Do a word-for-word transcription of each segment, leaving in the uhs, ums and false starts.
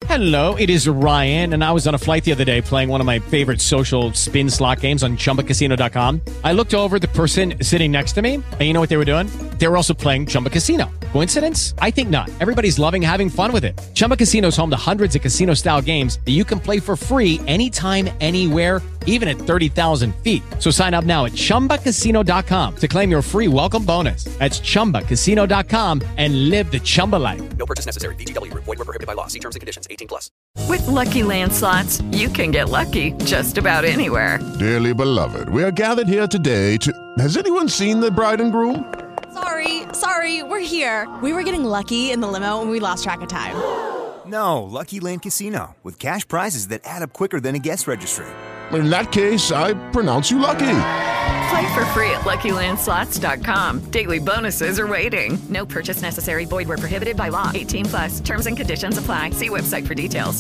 Hello, it is Ryan, and I was on a flight the other day playing one of my favorite social spin slot games on chumba casino dot com. I looked over at the person sitting next to me, and you know what they were doing? They were also playing Chumba Casino. Coincidence? I think not. Everybody's loving having fun with it. Chumba Casino is home to hundreds of casino-style games that you can play for free anytime, anywhere, even at thirty thousand feet. So sign up now at chumba casino dot com to claim your free welcome bonus. That's chumba casino dot com and live the Chumba life. No purchase necessary. V G W. Void where prohibited by law. See terms and conditions. eighteen plus. With Lucky Land Slots, you can get lucky just about anywhere. Dearly beloved, we are gathered here today to... Has anyone seen the bride and groom? Sorry, sorry, we're here. We were getting lucky in the limo and we lost track of time. No, Lucky Land Casino, with cash prizes that add up quicker than a guest registry. In that case, I pronounce you lucky. Play for free at lucky land slots dot com. Daily bonuses are waiting. No purchase necessary. Void where prohibited by law. eighteen plus. Terms and conditions apply. See website for details.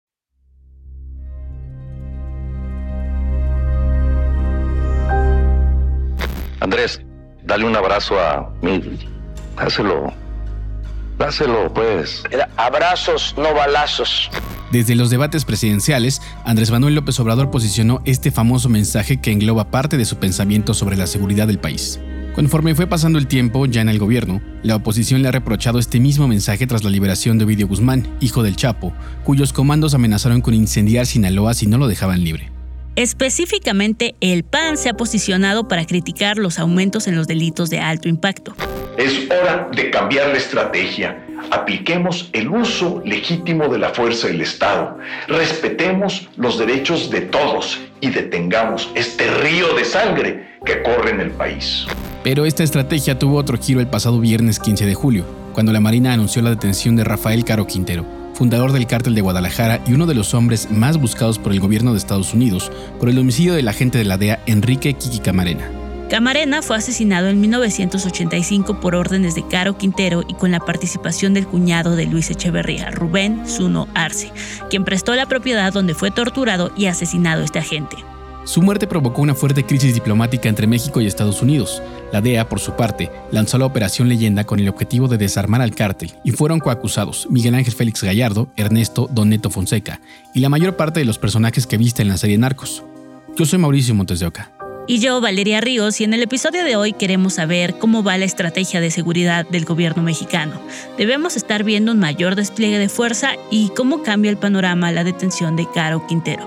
Andrés, dale un abrazo a mí. Dáselo. Dáselo, pues. Abrazos, no balazos. Desde los debates presidenciales, Andrés Manuel López Obrador posicionó este famoso mensaje que engloba parte de su pensamiento sobre la seguridad del país. Conforme fue pasando el tiempo, ya en el gobierno, la oposición le ha reprochado este mismo mensaje tras la liberación de Ovidio Guzmán, hijo del Chapo, cuyos comandos amenazaron con incendiar Sinaloa si no lo dejaban libre. Específicamente, el P A N se ha posicionado para criticar los aumentos en los delitos de alto impacto. Es hora de cambiar la estrategia. Apliquemos el uso legítimo de la fuerza del Estado. Respetemos los derechos de todos y detengamos este río de sangre que corre en el país. Pero esta estrategia tuvo otro giro el pasado viernes quince de julio, cuando la Marina anunció la detención de Rafael Caro Quintero, fundador del Cártel de Guadalajara y uno de los hombres más buscados por el gobierno de Estados Unidos por el homicidio del agente de la D E A Enrique Kiki Camarena. Camarena fue asesinado en mil novecientos ochenta y cinco por órdenes de Caro Quintero y con la participación del cuñado de Luis Echeverría, Rubén Zuno Arce, quien prestó la propiedad donde fue torturado y asesinado este agente. Su muerte provocó una fuerte crisis diplomática entre México y Estados Unidos. La D E A, por su parte, lanzó la Operación Leyenda con el objetivo de desarmar al cártel y fueron coacusados Miguel Ángel Félix Gallardo, Ernesto Don Neto Fonseca y la mayor parte de los personajes que viste en la serie Narcos. Yo soy Mauricio Montes de Oca. Y yo, Valeria Ríos, y en el episodio de hoy queremos saber cómo va la estrategia de seguridad del gobierno mexicano. Debemos estar viendo un mayor despliegue de fuerza y cómo cambia el panorama la detención de Caro Quintero.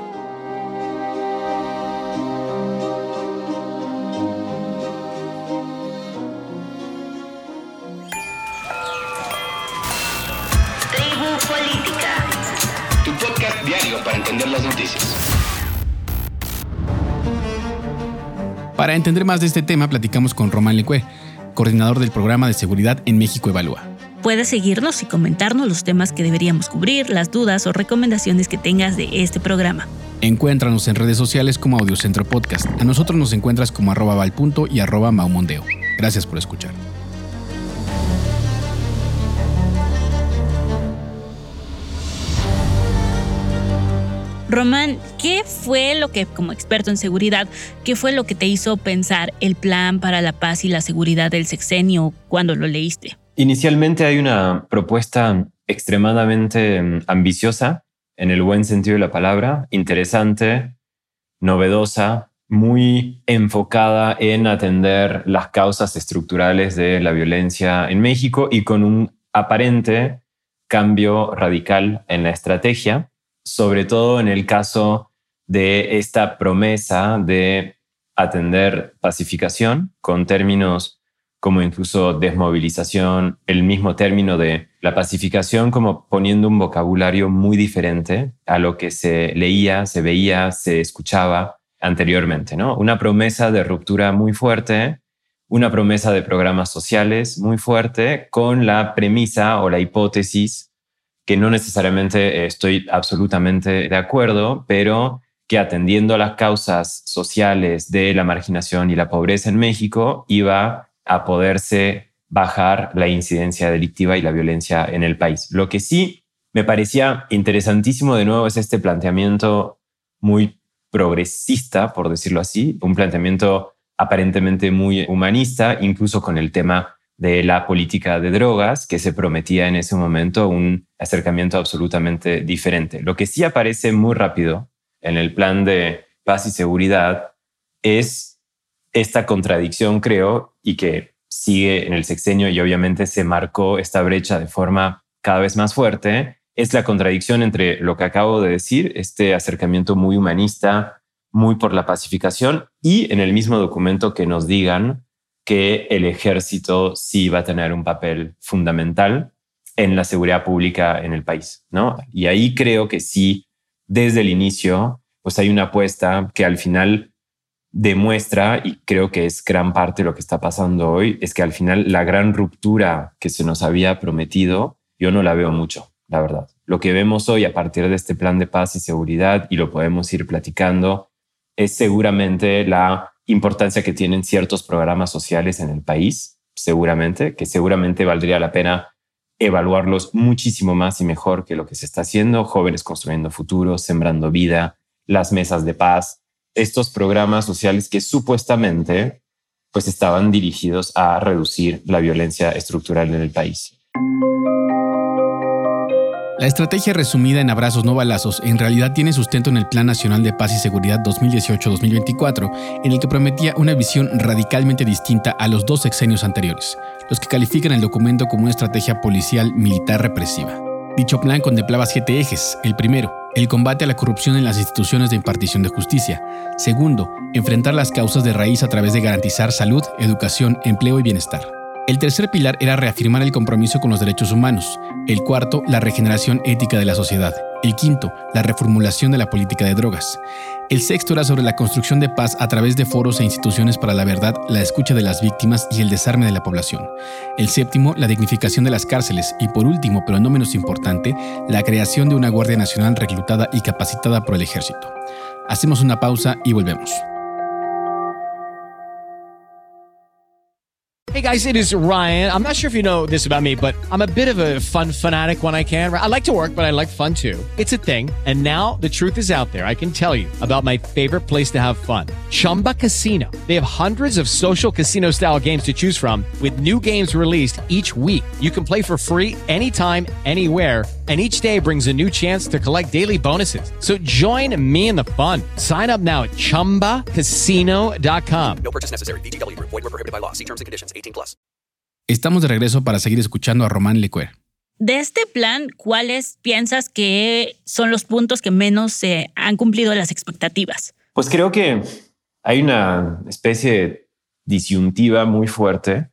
Tribu Política. Tu podcast diario para entender las noticias. Para entender más de este tema, platicamos con Román Lecue, coordinador del programa de seguridad en México Evalúa. Puedes seguirnos y comentarnos los temas que deberíamos cubrir, las dudas o recomendaciones que tengas de este programa. Encuéntranos en redes sociales como Audiocentro Podcast. A nosotros nos encuentras como arroba valpunto y arroba maumondeo. Gracias por escuchar. Román, ¿qué fue lo que, como experto en seguridad, qué fue lo que te hizo pensar el plan para la paz y la seguridad del sexenio cuando lo leíste? Inicialmente hay una propuesta extremadamente ambiciosa, en el buen sentido de la palabra, interesante, novedosa, muy enfocada en atender las causas estructurales de la violencia en México y con un aparente cambio radical en la estrategia, sobre todo en el caso de esta promesa de atender pacificación con términos como incluso desmovilización, el mismo término de la pacificación como poniendo un vocabulario muy diferente a lo que se leía, se veía, se escuchaba anteriormente, ¿no? Una promesa de ruptura muy fuerte, una promesa de programas sociales muy fuerte con la premisa o la hipótesis que no necesariamente estoy absolutamente de acuerdo, pero que atendiendo a las causas sociales de la marginación y la pobreza en México iba a poderse bajar la incidencia delictiva y la violencia en el país. Lo que sí me parecía interesantísimo de nuevo es este planteamiento muy progresista, por decirlo así, un planteamiento aparentemente muy humanista, incluso con el tema de la política de drogas, que se prometía en ese momento un acercamiento absolutamente diferente. Lo que sí aparece muy rápido en el plan de paz y seguridad es esta contradicción, creo, y que sigue en el sexenio y obviamente se marcó esta brecha de forma cada vez más fuerte, es la contradicción entre lo que acabo de decir, este acercamiento muy humanista, muy por la pacificación, y en el mismo documento que nos digan que el ejército sí va a tener un papel fundamental en la seguridad pública en el país, ¿no? Y ahí creo que sí, desde el inicio, pues hay una apuesta que al final demuestra, y creo que es gran parte de lo que está pasando hoy, es que al final la gran ruptura que se nos había prometido, yo no la veo mucho, la verdad. Lo que vemos hoy a partir de este plan de paz y seguridad, y lo podemos ir platicando, es seguramente la importancia que tienen ciertos programas sociales en el país, seguramente, que seguramente valdría la pena evaluarlos muchísimo más y mejor que lo que se está haciendo. Jóvenes construyendo futuro, sembrando vida, las mesas de paz, estos programas sociales que supuestamente pues estaban dirigidos a reducir la violencia estructural en el país. La estrategia resumida en abrazos no balazos en realidad tiene sustento en el Plan Nacional de Paz y Seguridad dos mil dieciocho a dos mil veinticuatro, en el que prometía una visión radicalmente distinta a los dos sexenios anteriores, los que califican el documento como una estrategia policial militar represiva. Dicho plan contemplaba siete ejes. El primero, el combate a la corrupción en las instituciones de impartición de justicia. Segundo, enfrentar las causas de raíz a través de garantizar salud, educación, empleo y bienestar. El tercer pilar era reafirmar el compromiso con los derechos humanos. El cuarto, la regeneración ética de la sociedad. El quinto, la reformulación de la política de drogas. El sexto era sobre la construcción de paz a través de foros e instituciones para la verdad, la escucha de las víctimas y el desarme de la población. El séptimo, la dignificación de las cárceles. Y por último, pero no menos importante, la creación de una Guardia Nacional reclutada y capacitada por el ejército. Hacemos una pausa y volvemos. Hey guys, it is Ryan. I'm not sure if you know this about me, but I'm a bit of a fun fanatic when I can. I like to work, but I like fun too. It's a thing. And now the truth is out there. I can tell you about my favorite place to have fun. Chumba Casino. They have hundreds of social casino style games to choose from with new games released each week. You can play for free anytime, anywhere. And each day brings a new chance to collect daily bonuses. So join me in the fun. Sign up now at chumba casino dot com. No purchase necessary. V G W. Void where prohibited by law. See terms and conditions. eighteen plus. Estamos de regreso para seguir escuchando a Román Lecuer. De este plan, ¿cuáles piensas que son los puntos que menos se han cumplido las expectativas? Pues creo que hay una especie de disyuntiva muy fuerte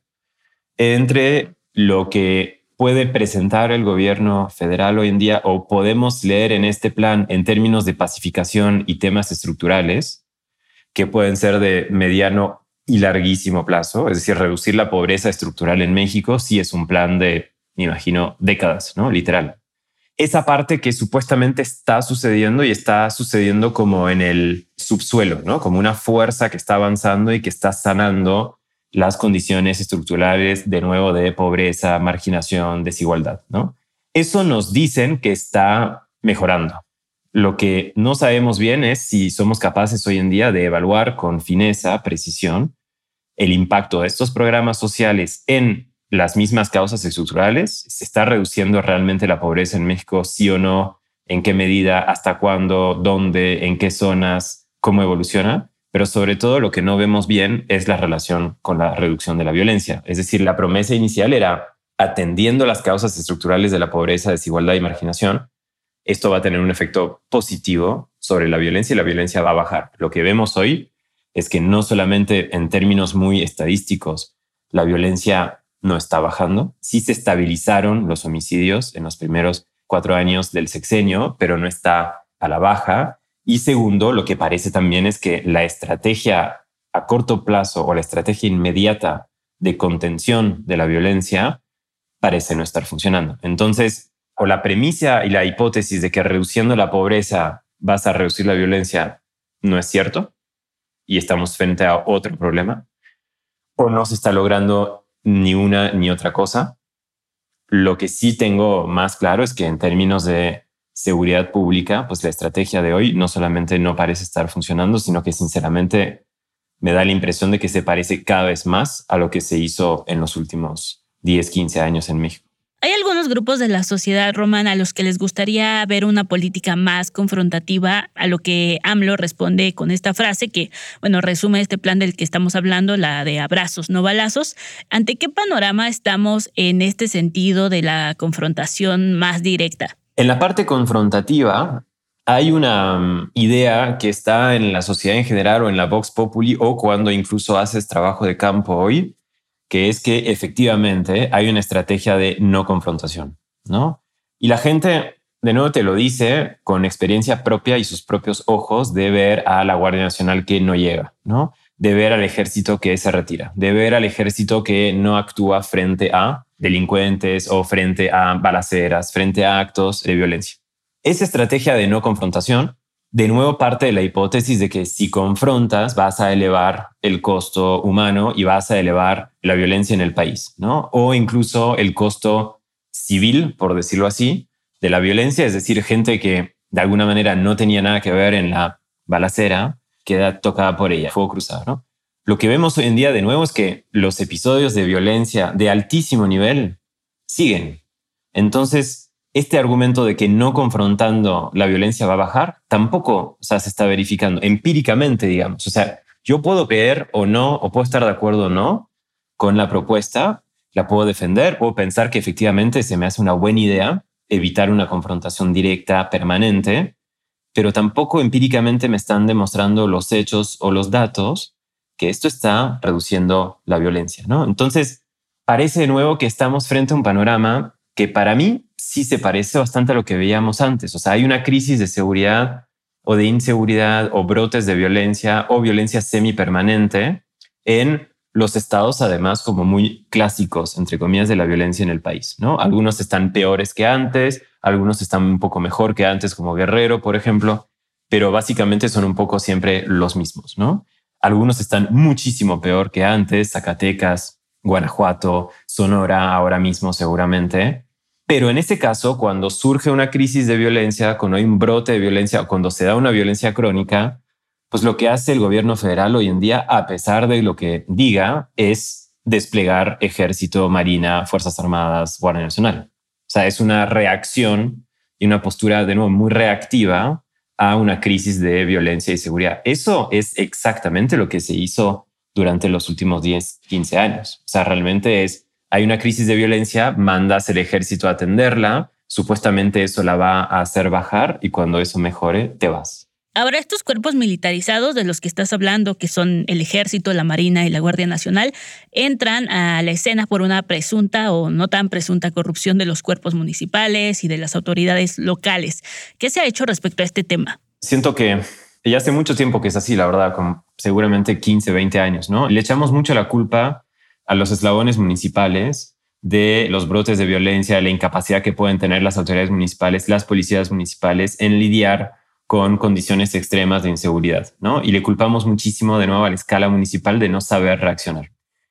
entre lo que puede presentar el gobierno federal hoy en día o podemos leer en este plan en términos de pacificación y temas estructurales que pueden ser de mediano y larguísimo plazo, es decir, reducir la pobreza estructural en México sí es un plan de, me imagino, décadas, ¿no? Literal. Esa parte que supuestamente está sucediendo y está sucediendo como en el subsuelo, ¿no? Como una fuerza que está avanzando y que está sanando las condiciones estructurales de nuevo de pobreza, marginación, desigualdad, ¿no? Eso nos dicen que está mejorando. Lo que no sabemos bien es si somos capaces hoy en día de evaluar con fineza, precisión, el impacto de estos programas sociales en las mismas causas estructurales. ¿Se está reduciendo realmente la pobreza en México? ¿Sí o no? ¿En qué medida? ¿Hasta cuándo? ¿Dónde? ¿En qué zonas? ¿Cómo evoluciona? Pero sobre todo lo que no vemos bien es la relación con la reducción de la violencia. Es decir, la promesa inicial era atendiendo las causas estructurales de la pobreza, desigualdad y marginación. Esto va a tener un efecto positivo sobre la violencia y la violencia va a bajar. Lo que vemos hoy es que no solamente en términos muy estadísticos la violencia no está bajando, sí se estabilizaron los homicidios en los primeros cuatro años del sexenio, pero no está a la baja. Y segundo, lo que parece también es que la estrategia a corto plazo o la estrategia inmediata de contención de la violencia parece no estar funcionando. Entonces, o la premisa y la hipótesis de que reduciendo la pobreza vas a reducir la violencia no es cierto y estamos frente a otro problema, o no se está logrando ni una ni otra cosa. Lo que sí tengo más claro es que en términos de seguridad pública, pues la estrategia de hoy no solamente no parece estar funcionando, sino que sinceramente me da la impresión de que se parece cada vez más a lo que se hizo en los últimos diez, quince años en México. Hay algunos grupos de la sociedad romana a los que les gustaría ver una política más confrontativa, a lo que AMLO responde con esta frase que, bueno, resume este plan del que estamos hablando, la de abrazos, no balazos. ¿Ante qué panorama estamos en este sentido de la confrontación más directa? En la parte confrontativa hay una idea que está en la sociedad en general o en la Vox Populi o cuando incluso haces trabajo de campo hoy, que es que efectivamente hay una estrategia de no confrontación, ¿no? Y la gente, de nuevo te lo dice, con experiencia propia y sus propios ojos, de ver a la Guardia Nacional que no llega, ¿no? De ver al ejército que se retira, de ver al ejército que no actúa frente a delincuentes o frente a balaceras, frente a actos de violencia. Esa estrategia de no confrontación, de nuevo parte de la hipótesis de que si confrontas vas a elevar el costo humano y vas a elevar la violencia en el país, ¿no? O incluso el costo civil, por decirlo así, de la violencia, es decir, gente que de alguna manera no tenía nada que ver en la balacera, queda tocada por ella, fuego cruzado, ¿no? Lo que vemos hoy en día de nuevo es que los episodios de violencia de altísimo nivel siguen. Entonces, este argumento de que no confrontando la violencia va a bajar, tampoco, o sea, se está verificando empíricamente, digamos. O sea, yo puedo creer o no, o puedo estar de acuerdo o no con la propuesta, la puedo defender, puedo pensar que efectivamente se me hace una buena idea evitar una confrontación directa, permanente, pero tampoco empíricamente me están demostrando los hechos o los datos que esto está reduciendo la violencia, ¿no? Entonces, parece de nuevo que estamos frente a un panorama que para mí sí se parece bastante a lo que veíamos antes. O sea, hay una crisis de seguridad o de inseguridad o brotes de violencia o violencia semipermanente en los estados, además, como muy clásicos, entre comillas, de la violencia en el país, ¿no? Algunos están peores que antes, algunos están un poco mejor que antes, como Guerrero, por ejemplo, pero básicamente son un poco siempre los mismos, ¿no? Algunos están muchísimo peor que antes, Zacatecas, Guanajuato, Sonora, ahora mismo seguramente. Pero en este caso, cuando surge una crisis de violencia, cuando hay un brote de violencia o cuando se da una violencia crónica, pues lo que hace el gobierno federal hoy en día, a pesar de lo que diga, es desplegar ejército, marina, fuerzas armadas, Guardia Nacional. O sea, es una reacción y una postura de nuevo muy reactiva a una crisis de violencia y seguridad. Eso es exactamente lo que se hizo durante los últimos diez, quince años. O sea, realmente es, hay una crisis de violencia, mandas el ejército a atenderla, supuestamente eso la va a hacer bajar y cuando eso mejore, te vas. Ahora, estos cuerpos militarizados de los que estás hablando, que son el Ejército, la Marina y la Guardia Nacional, entran a la escena por una presunta o no tan presunta corrupción de los cuerpos municipales y de las autoridades locales. ¿Qué se ha hecho respecto a este tema? Siento que ya hace mucho tiempo que es así, la verdad, como seguramente quince, veinte años, ¿no? Le echamos mucho la culpa a los eslabones municipales de los brotes de violencia, de la incapacidad que pueden tener las autoridades municipales, las policías municipales en lidiar con condiciones extremas de inseguridad, ¿no? Y le culpamos muchísimo de nuevo a la escala municipal de no saber reaccionar.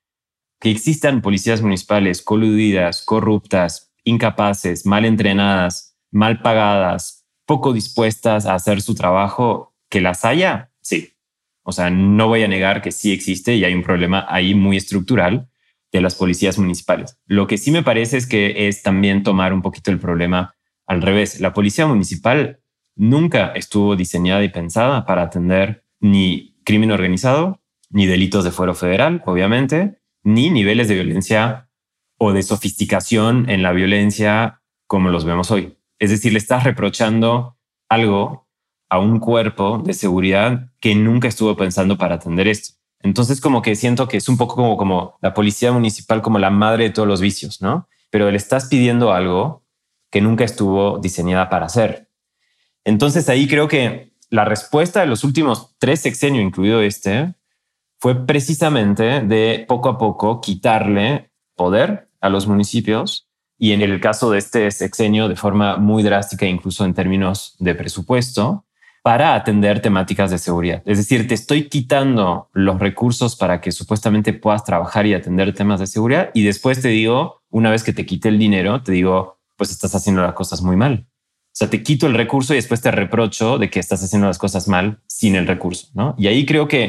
Que existan policías municipales coludidas, corruptas, incapaces, mal entrenadas, mal pagadas, poco dispuestas a hacer su trabajo, que las haya, sí. O sea, no voy a negar que sí existe y hay un problema ahí muy estructural de las policías municipales. Lo que sí me parece es que es también tomar un poquito el problema al revés. La policía municipal nunca estuvo diseñada y pensada para atender ni crimen organizado, ni delitos de fuero federal, obviamente, ni niveles de violencia o de sofisticación en la violencia como los vemos hoy. Es decir, le estás reprochando algo a un cuerpo de seguridad que nunca estuvo pensando para atender esto. Entonces, como que siento que es un poco como, como la policía municipal como la madre de todos los vicios, ¿no? Pero le estás pidiendo algo que nunca estuvo diseñada para hacer. Entonces ahí creo que la respuesta de los últimos tres sexenios, incluido este, fue precisamente de poco a poco quitarle poder a los municipios y en el caso de este sexenio de forma muy drástica, incluso en términos de presupuesto, para atender temáticas de seguridad. Es decir, te estoy quitando los recursos para que supuestamente puedas trabajar y atender temas de seguridad y después te digo, una vez que te quite el dinero, te digo, pues estás haciendo las cosas muy mal. O sea, te quito el recurso y después te reprocho de que estás haciendo las cosas mal sin el recurso, ¿no? Y ahí creo que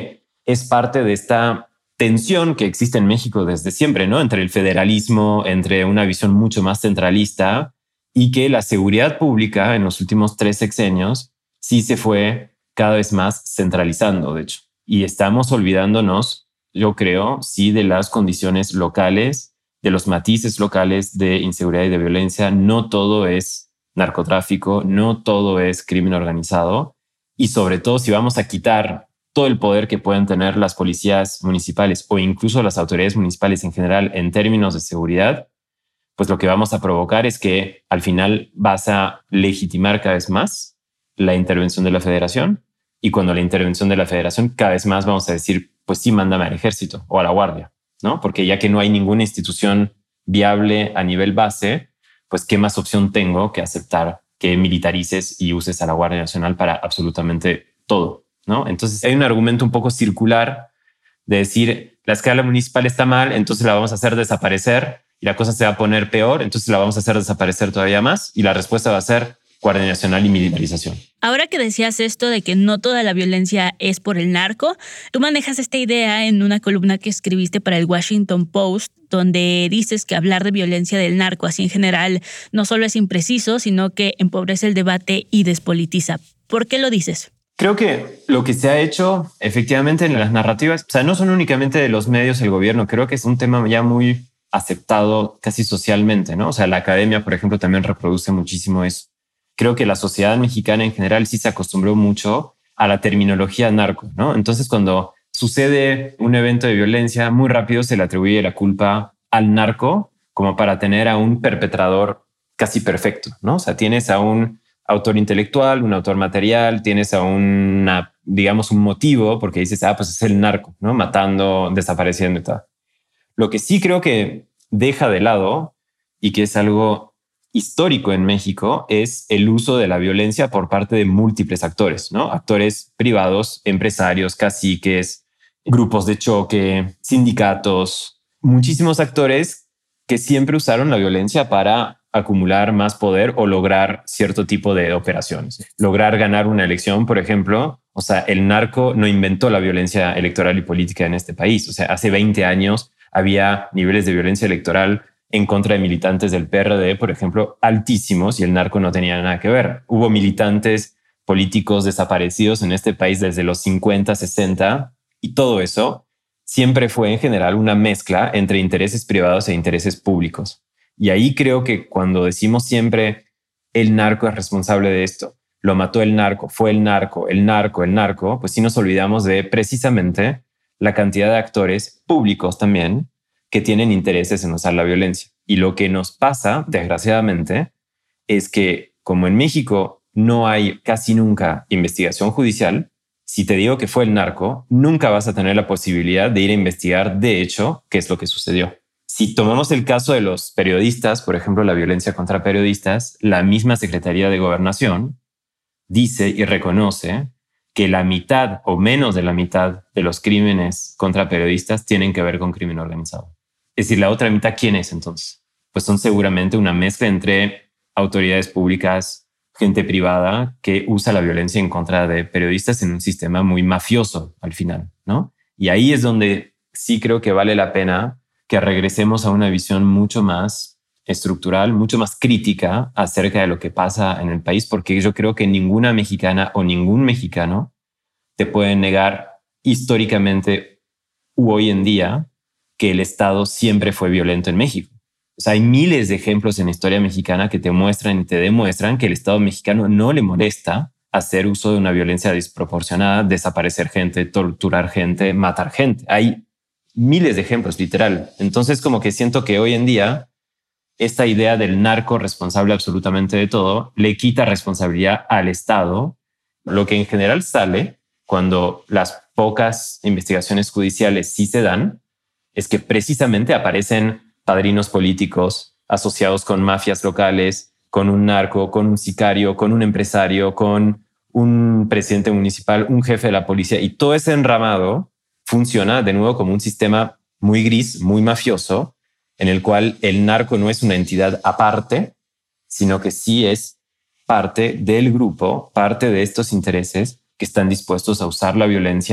es parte de esta tensión que existe en México desde siempre, ¿no? Entre el federalismo, entre una visión mucho más centralista y que la seguridad pública en los últimos tres sexenios sí se fue cada vez más centralizando, de hecho. Y estamos olvidándonos, yo creo, sí, de las condiciones locales, de los matices locales de inseguridad y de violencia. No todo es narcotráfico, no todo es crimen organizado. Y sobre todo, si vamos a quitar todo el poder que pueden tener las policías municipales o incluso las autoridades municipales en general en términos de seguridad, pues lo que vamos a provocar es que al final vas a legitimar cada vez más la intervención de la federación, y cuando la intervención de la federación cada vez más vamos a decir, pues sí, mándame al ejército o a la guardia, ¿no? Porque ya que no hay ninguna institución viable a nivel base, pues qué más opción tengo que aceptar que militarices y uses a la Guardia Nacional para absolutamente todo, ¿no? Entonces hay un argumento un poco circular de decir, la escala municipal está mal, entonces la vamos a hacer desaparecer y la cosa se va a poner peor, entonces la vamos a hacer desaparecer todavía más y la respuesta va a ser Guardia Nacional y militarización. Ahora que decías esto de que no toda la violencia es por el narco, tú manejas esta idea en una columna que escribiste para el Washington Post, donde dices que hablar de violencia del narco así en general no solo es impreciso, sino que empobrece el debate y despolitiza. ¿Por qué lo dices? Creo que lo que se ha hecho efectivamente en las narrativas, o sea, no son únicamente de los medios, el gobierno, creo que es un tema ya muy aceptado casi socialmente, ¿no? O sea, la academia, por ejemplo, también reproduce muchísimo eso. Creo que la sociedad mexicana en general sí se acostumbró mucho a la terminología narco, ¿no? Entonces, cuando sucede un evento de violencia, muy rápido se le atribuye la culpa al narco como para tener a un perpetrador casi perfecto, ¿no? O sea, tienes a un autor intelectual, un autor material, tienes a una, digamos, un motivo porque dices, ah, pues es el narco, ¿no? Matando, desapareciendo y tal. Lo que sí creo que deja de lado y que es algo histórico en México es el uso de la violencia por parte de múltiples actores, ¿no? Actores privados, empresarios, caciques, grupos de choque, sindicatos, muchísimos actores que siempre usaron la violencia para acumular más poder o lograr cierto tipo de operaciones. Lograr ganar una elección, por ejemplo. O sea, el narco no inventó la violencia electoral y política en este país. O sea, hace veinte años había niveles de violencia electoral en contra de militantes del P R D, por ejemplo, altísimos, y el narco no tenía nada que ver. Hubo militantes políticos desaparecidos en este país desde los cincuenta, sesenta, y todo eso siempre fue en general una mezcla entre intereses privados e intereses públicos. Y ahí creo que cuando decimos siempre el narco es responsable de esto, lo mató el narco, fue el narco, el narco, el narco, pues sí nos olvidamos de precisamente la cantidad de actores públicos también que tienen intereses en usar la violencia. Y lo que nos pasa, desgraciadamente, es que como en México no hay casi nunca investigación judicial, si te digo que fue el narco, nunca vas a tener la posibilidad de ir a investigar de hecho qué es lo que sucedió. Si tomamos el caso de los periodistas, por ejemplo, la violencia contra periodistas, la misma Secretaría de Gobernación dice y reconoce que la mitad o menos de la mitad de los crímenes contra periodistas tienen que ver con crimen organizado. Es decir, la otra mitad, ¿quién es entonces? Pues son seguramente una mezcla entre autoridades públicas, gente privada que usa la violencia en contra de periodistas en un sistema muy mafioso al final, ¿no? Y ahí es donde sí creo que vale la pena que regresemos a una visión mucho más estructural, mucho más crítica acerca de lo que pasa en el país, porque yo creo que ninguna mexicana o ningún mexicano te puede negar históricamente u hoy en día que el Estado siempre fue violento en México. O sea, hay miles de ejemplos en la historia mexicana que te muestran y te demuestran que el Estado mexicano no le molesta hacer uso de una violencia desproporcionada, desaparecer gente, torturar gente, matar gente. Hay miles de ejemplos, literal. Entonces, como que siento que hoy en día esta idea del narco responsable absolutamente de todo le quita responsabilidad al Estado, lo que en general sale cuando las pocas investigaciones judiciales sí se dan, es que precisamente aparecen padrinos políticos asociados con mafias locales, con un narco, con un sicario, con un empresario, con un presidente municipal, un jefe de la policía, y todo ese enramado funciona de nuevo como un sistema muy gris, muy mafioso, en el cual el narco no es una entidad aparte, sino que sí es parte del grupo, parte de estos intereses que están dispuestos a usar la violencia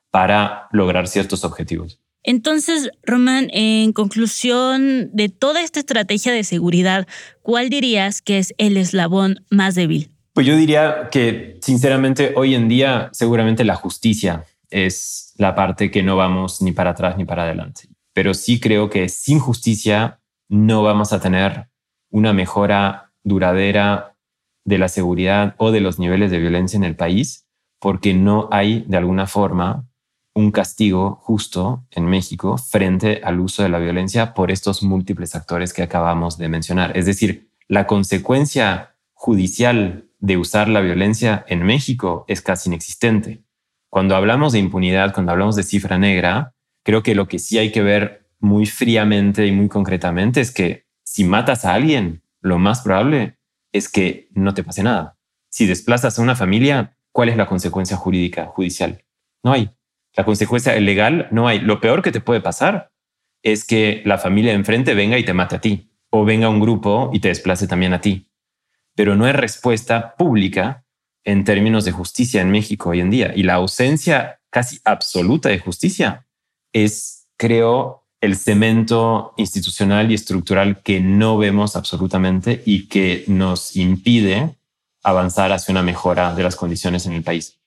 para lograr ciertos objetivos. Entonces, Román, en conclusión de toda esta estrategia de seguridad, ¿cuál dirías que es el eslabón más débil? Pues yo diría que, sinceramente, hoy en día seguramente la justicia es la parte que no vamos ni para atrás ni para adelante. Pero sí creo que sin justicia no vamos a tener una mejora duradera de la seguridad o de los niveles de violencia en el país, porque no hay, de alguna forma, un castigo justo en México frente al uso de la violencia por estos múltiples actores que acabamos de mencionar. Es decir, la consecuencia judicial de usar la violencia en México es casi inexistente. Cuando hablamos de impunidad, cuando hablamos de cifra negra, creo que lo que sí hay que ver muy fríamente y muy concretamente es que si matas a alguien, lo más probable es que no te pase nada. Si desplazas a una familia, ¿cuál es la consecuencia jurídica, judicial? No hay. La consecuencia legal no hay. Lo peor que te puede pasar es que la familia de enfrente venga y te mate a ti, o venga un grupo y te desplace también a ti. Pero no hay respuesta pública en términos de justicia en México hoy en día. Y la ausencia casi absoluta de justicia es, creo, el cemento institucional y estructural que no vemos absolutamente y que nos impide avanzar hacia una mejora de las condiciones en el país.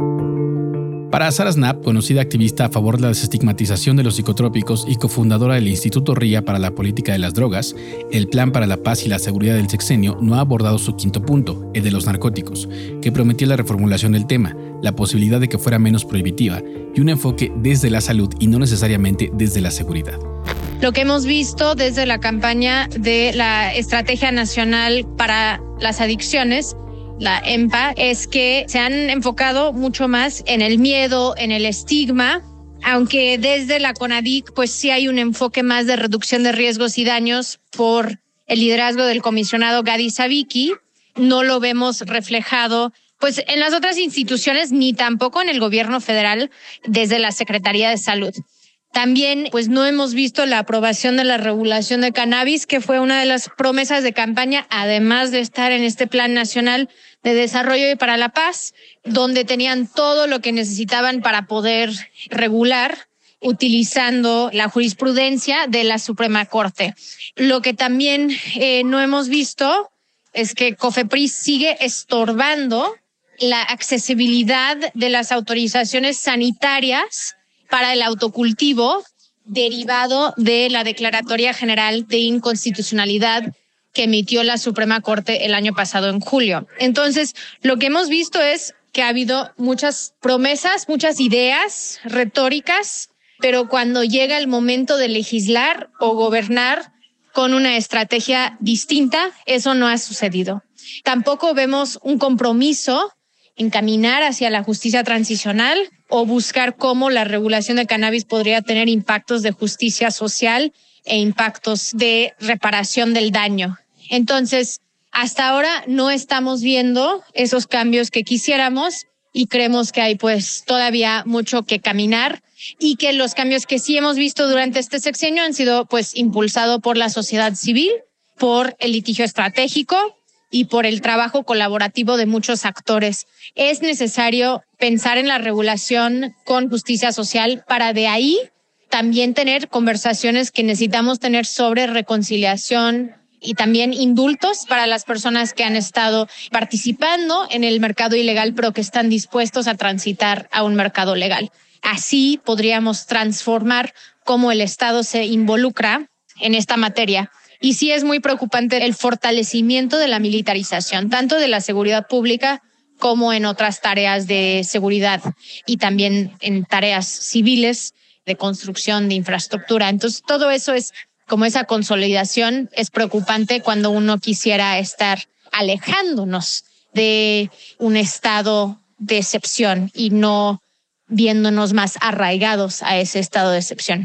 Para Sara Snap, conocida activista a favor de la desestigmatización de los psicotrópicos y cofundadora del Instituto R I A para la Política de las Drogas, el Plan para la Paz y la Seguridad del Sexenio no ha abordado su quinto punto, el de los narcóticos, que prometía la reformulación del tema, la posibilidad de que fuera menos prohibitiva y un enfoque desde la salud y no necesariamente desde la seguridad. Lo que hemos visto desde la campaña de la Estrategia Nacional para las Adicciones, la E M P A, es que se han enfocado mucho más en el miedo, en el estigma, aunque desde la CONADIC pues sí hay un enfoque más de reducción de riesgos y daños por el liderazgo del comisionado Gadi Savicki. No lo vemos reflejado pues en las otras instituciones ni tampoco en el gobierno federal desde la Secretaría de Salud. También pues no hemos visto la aprobación de la regulación de cannabis, que fue una de las promesas de campaña, además de estar en este Plan Nacional de Desarrollo y para la Paz, donde tenían todo lo que necesitaban para poder regular utilizando la jurisprudencia de la Suprema Corte. Lo que también eh, no hemos visto es que COFEPRIS sigue estorbando la accesibilidad de las autorizaciones sanitarias para el autocultivo derivado de la Declaratoria General de Inconstitucionalidad que emitió la Suprema Corte el año pasado en julio. Entonces, lo que hemos visto es que ha habido muchas promesas, muchas ideas retóricas, pero cuando llega el momento de legislar o gobernar con una estrategia distinta, eso no ha sucedido. Tampoco vemos un compromiso en caminar hacia la justicia transicional o buscar cómo la regulación de cannabis podría tener impactos de justicia social e impactos de reparación del daño. Entonces, hasta ahora no estamos viendo esos cambios que quisiéramos y creemos que hay pues todavía mucho que caminar y que los cambios que sí hemos visto durante este sexenio han sido pues impulsados por la sociedad civil, por el litigio estratégico y por el trabajo colaborativo de muchos actores. Es necesario pensar en la regulación con justicia social para de ahí también tener conversaciones que necesitamos tener sobre reconciliación y también indultos para las personas que han estado participando en el mercado ilegal, pero que están dispuestos a transitar a un mercado legal. Así podríamos transformar cómo el Estado se involucra en esta materia. Y sí es muy preocupante el fortalecimiento de la militarización, tanto de la seguridad pública como en otras tareas de seguridad y también en tareas civiles de construcción de infraestructura. Entonces, todo eso es como esa consolidación es preocupante cuando uno quisiera estar alejándonos de un estado de excepción y no viéndonos más arraigados a ese estado de excepción.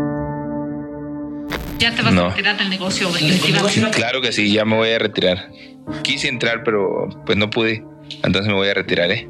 ¿Ya te vas no. a retirar del negocio definitivamente? Claro que sí, ya me voy a retirar. Quise entrar, pero pues no pude. Entonces me voy a retirar, ¿eh?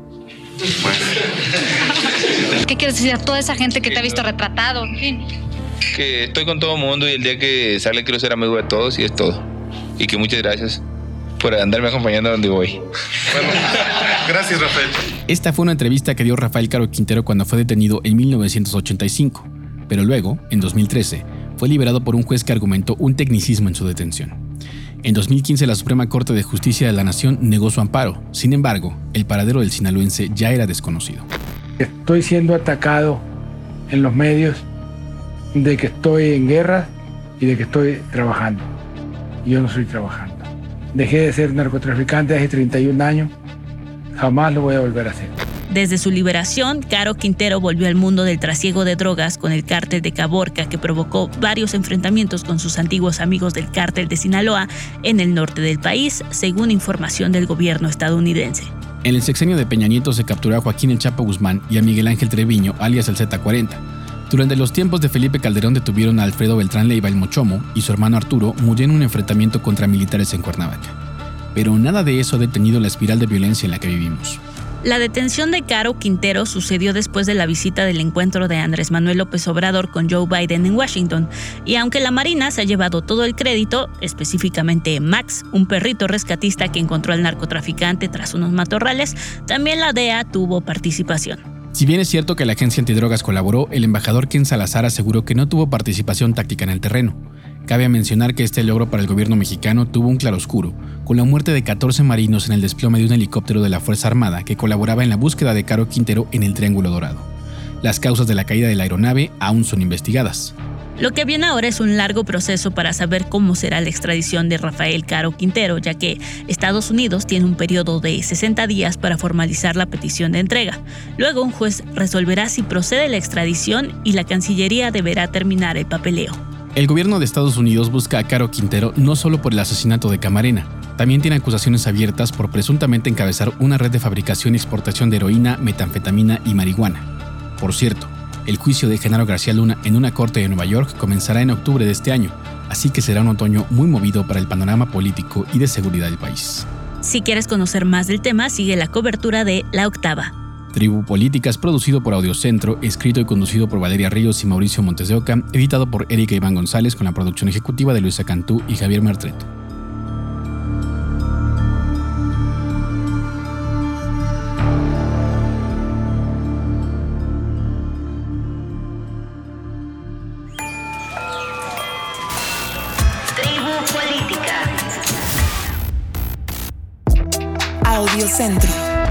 ¿Qué quieres decir a toda esa gente que te ha visto retratado? ¿Qué? Que estoy con todo el mundo y el día que sale quiero ser amigo de todos y es todo. Y que muchas gracias por andarme acompañando a donde voy. Bueno. Gracias, Rafael. Esta fue una entrevista que dio Rafael Caro Quintero cuando fue detenido en mil novecientos ochenta y cinco, pero luego, en dos mil trece, fue liberado por un juez que argumentó un tecnicismo en su detención. En dos mil quince, la Suprema Corte de Justicia de la Nación negó su amparo. Sin embargo, el paradero del sinaloense ya era desconocido. Estoy siendo atacado en los medios de que estoy en guerra y de que estoy trabajando. Yo no estoy trabajando. Dejé de ser narcotraficante hace treinta y un años. Jamás lo voy a volver a hacer. Desde su liberación, Caro Quintero volvió al mundo del trasiego de drogas con el cártel de Caborca, que provocó varios enfrentamientos con sus antiguos amigos del cártel de Sinaloa en el norte del país, según información del gobierno estadounidense. En el sexenio de Peña Nieto se capturó a Joaquín El Chapo Guzmán y a Miguel Ángel Treviño, alias el Z cuarenta. Durante los tiempos de Felipe Calderón detuvieron a Alfredo Beltrán Leiva el Mochomo y su hermano Arturo murió en un enfrentamiento contra militares en Cuernavaca. Pero nada de eso ha detenido la espiral de violencia en la que vivimos. La detención de Caro Quintero sucedió después de la visita del encuentro de Andrés Manuel López Obrador con Joe Biden en Washington, y aunque la Marina se ha llevado todo el crédito, específicamente Max, un perrito rescatista que encontró al narcotraficante tras unos matorrales, también la D E A tuvo participación. Si bien es cierto que la agencia antidrogas colaboró, el embajador Ken Salazar aseguró que no tuvo participación táctica en el terreno. Cabe mencionar que este logro para el gobierno mexicano tuvo un claroscuro, con la muerte de catorce marinos en el desplome de un helicóptero de la Fuerza Armada que colaboraba en la búsqueda de Caro Quintero en el Triángulo Dorado. Las causas de la caída de la aeronave aún son investigadas. Lo que viene ahora es un largo proceso para saber cómo será la extradición de Rafael Caro Quintero, ya que Estados Unidos tiene un periodo de sesenta días para formalizar la petición de entrega. Luego un juez resolverá si procede la extradición y la Cancillería deberá terminar el papeleo. El gobierno de Estados Unidos busca a Caro Quintero no solo por el asesinato de Camarena, también tiene acusaciones abiertas por presuntamente encabezar una red de fabricación y exportación de heroína, metanfetamina y marihuana. Por cierto, el juicio de Genaro García Luna en una corte de Nueva York comenzará en octubre de este año, así que será un otoño muy movido para el panorama político y de seguridad del país. Si quieres conocer más del tema, sigue la cobertura de La Octava. Tribu Política es producido por Audiocentro, escrito y conducido por Valeria Ríos y Mauricio Montes de Oca, editado por Erika Iván González con la producción ejecutiva de Luisa Cantú y Javier Martreto. Tribu Política. Audiocentro.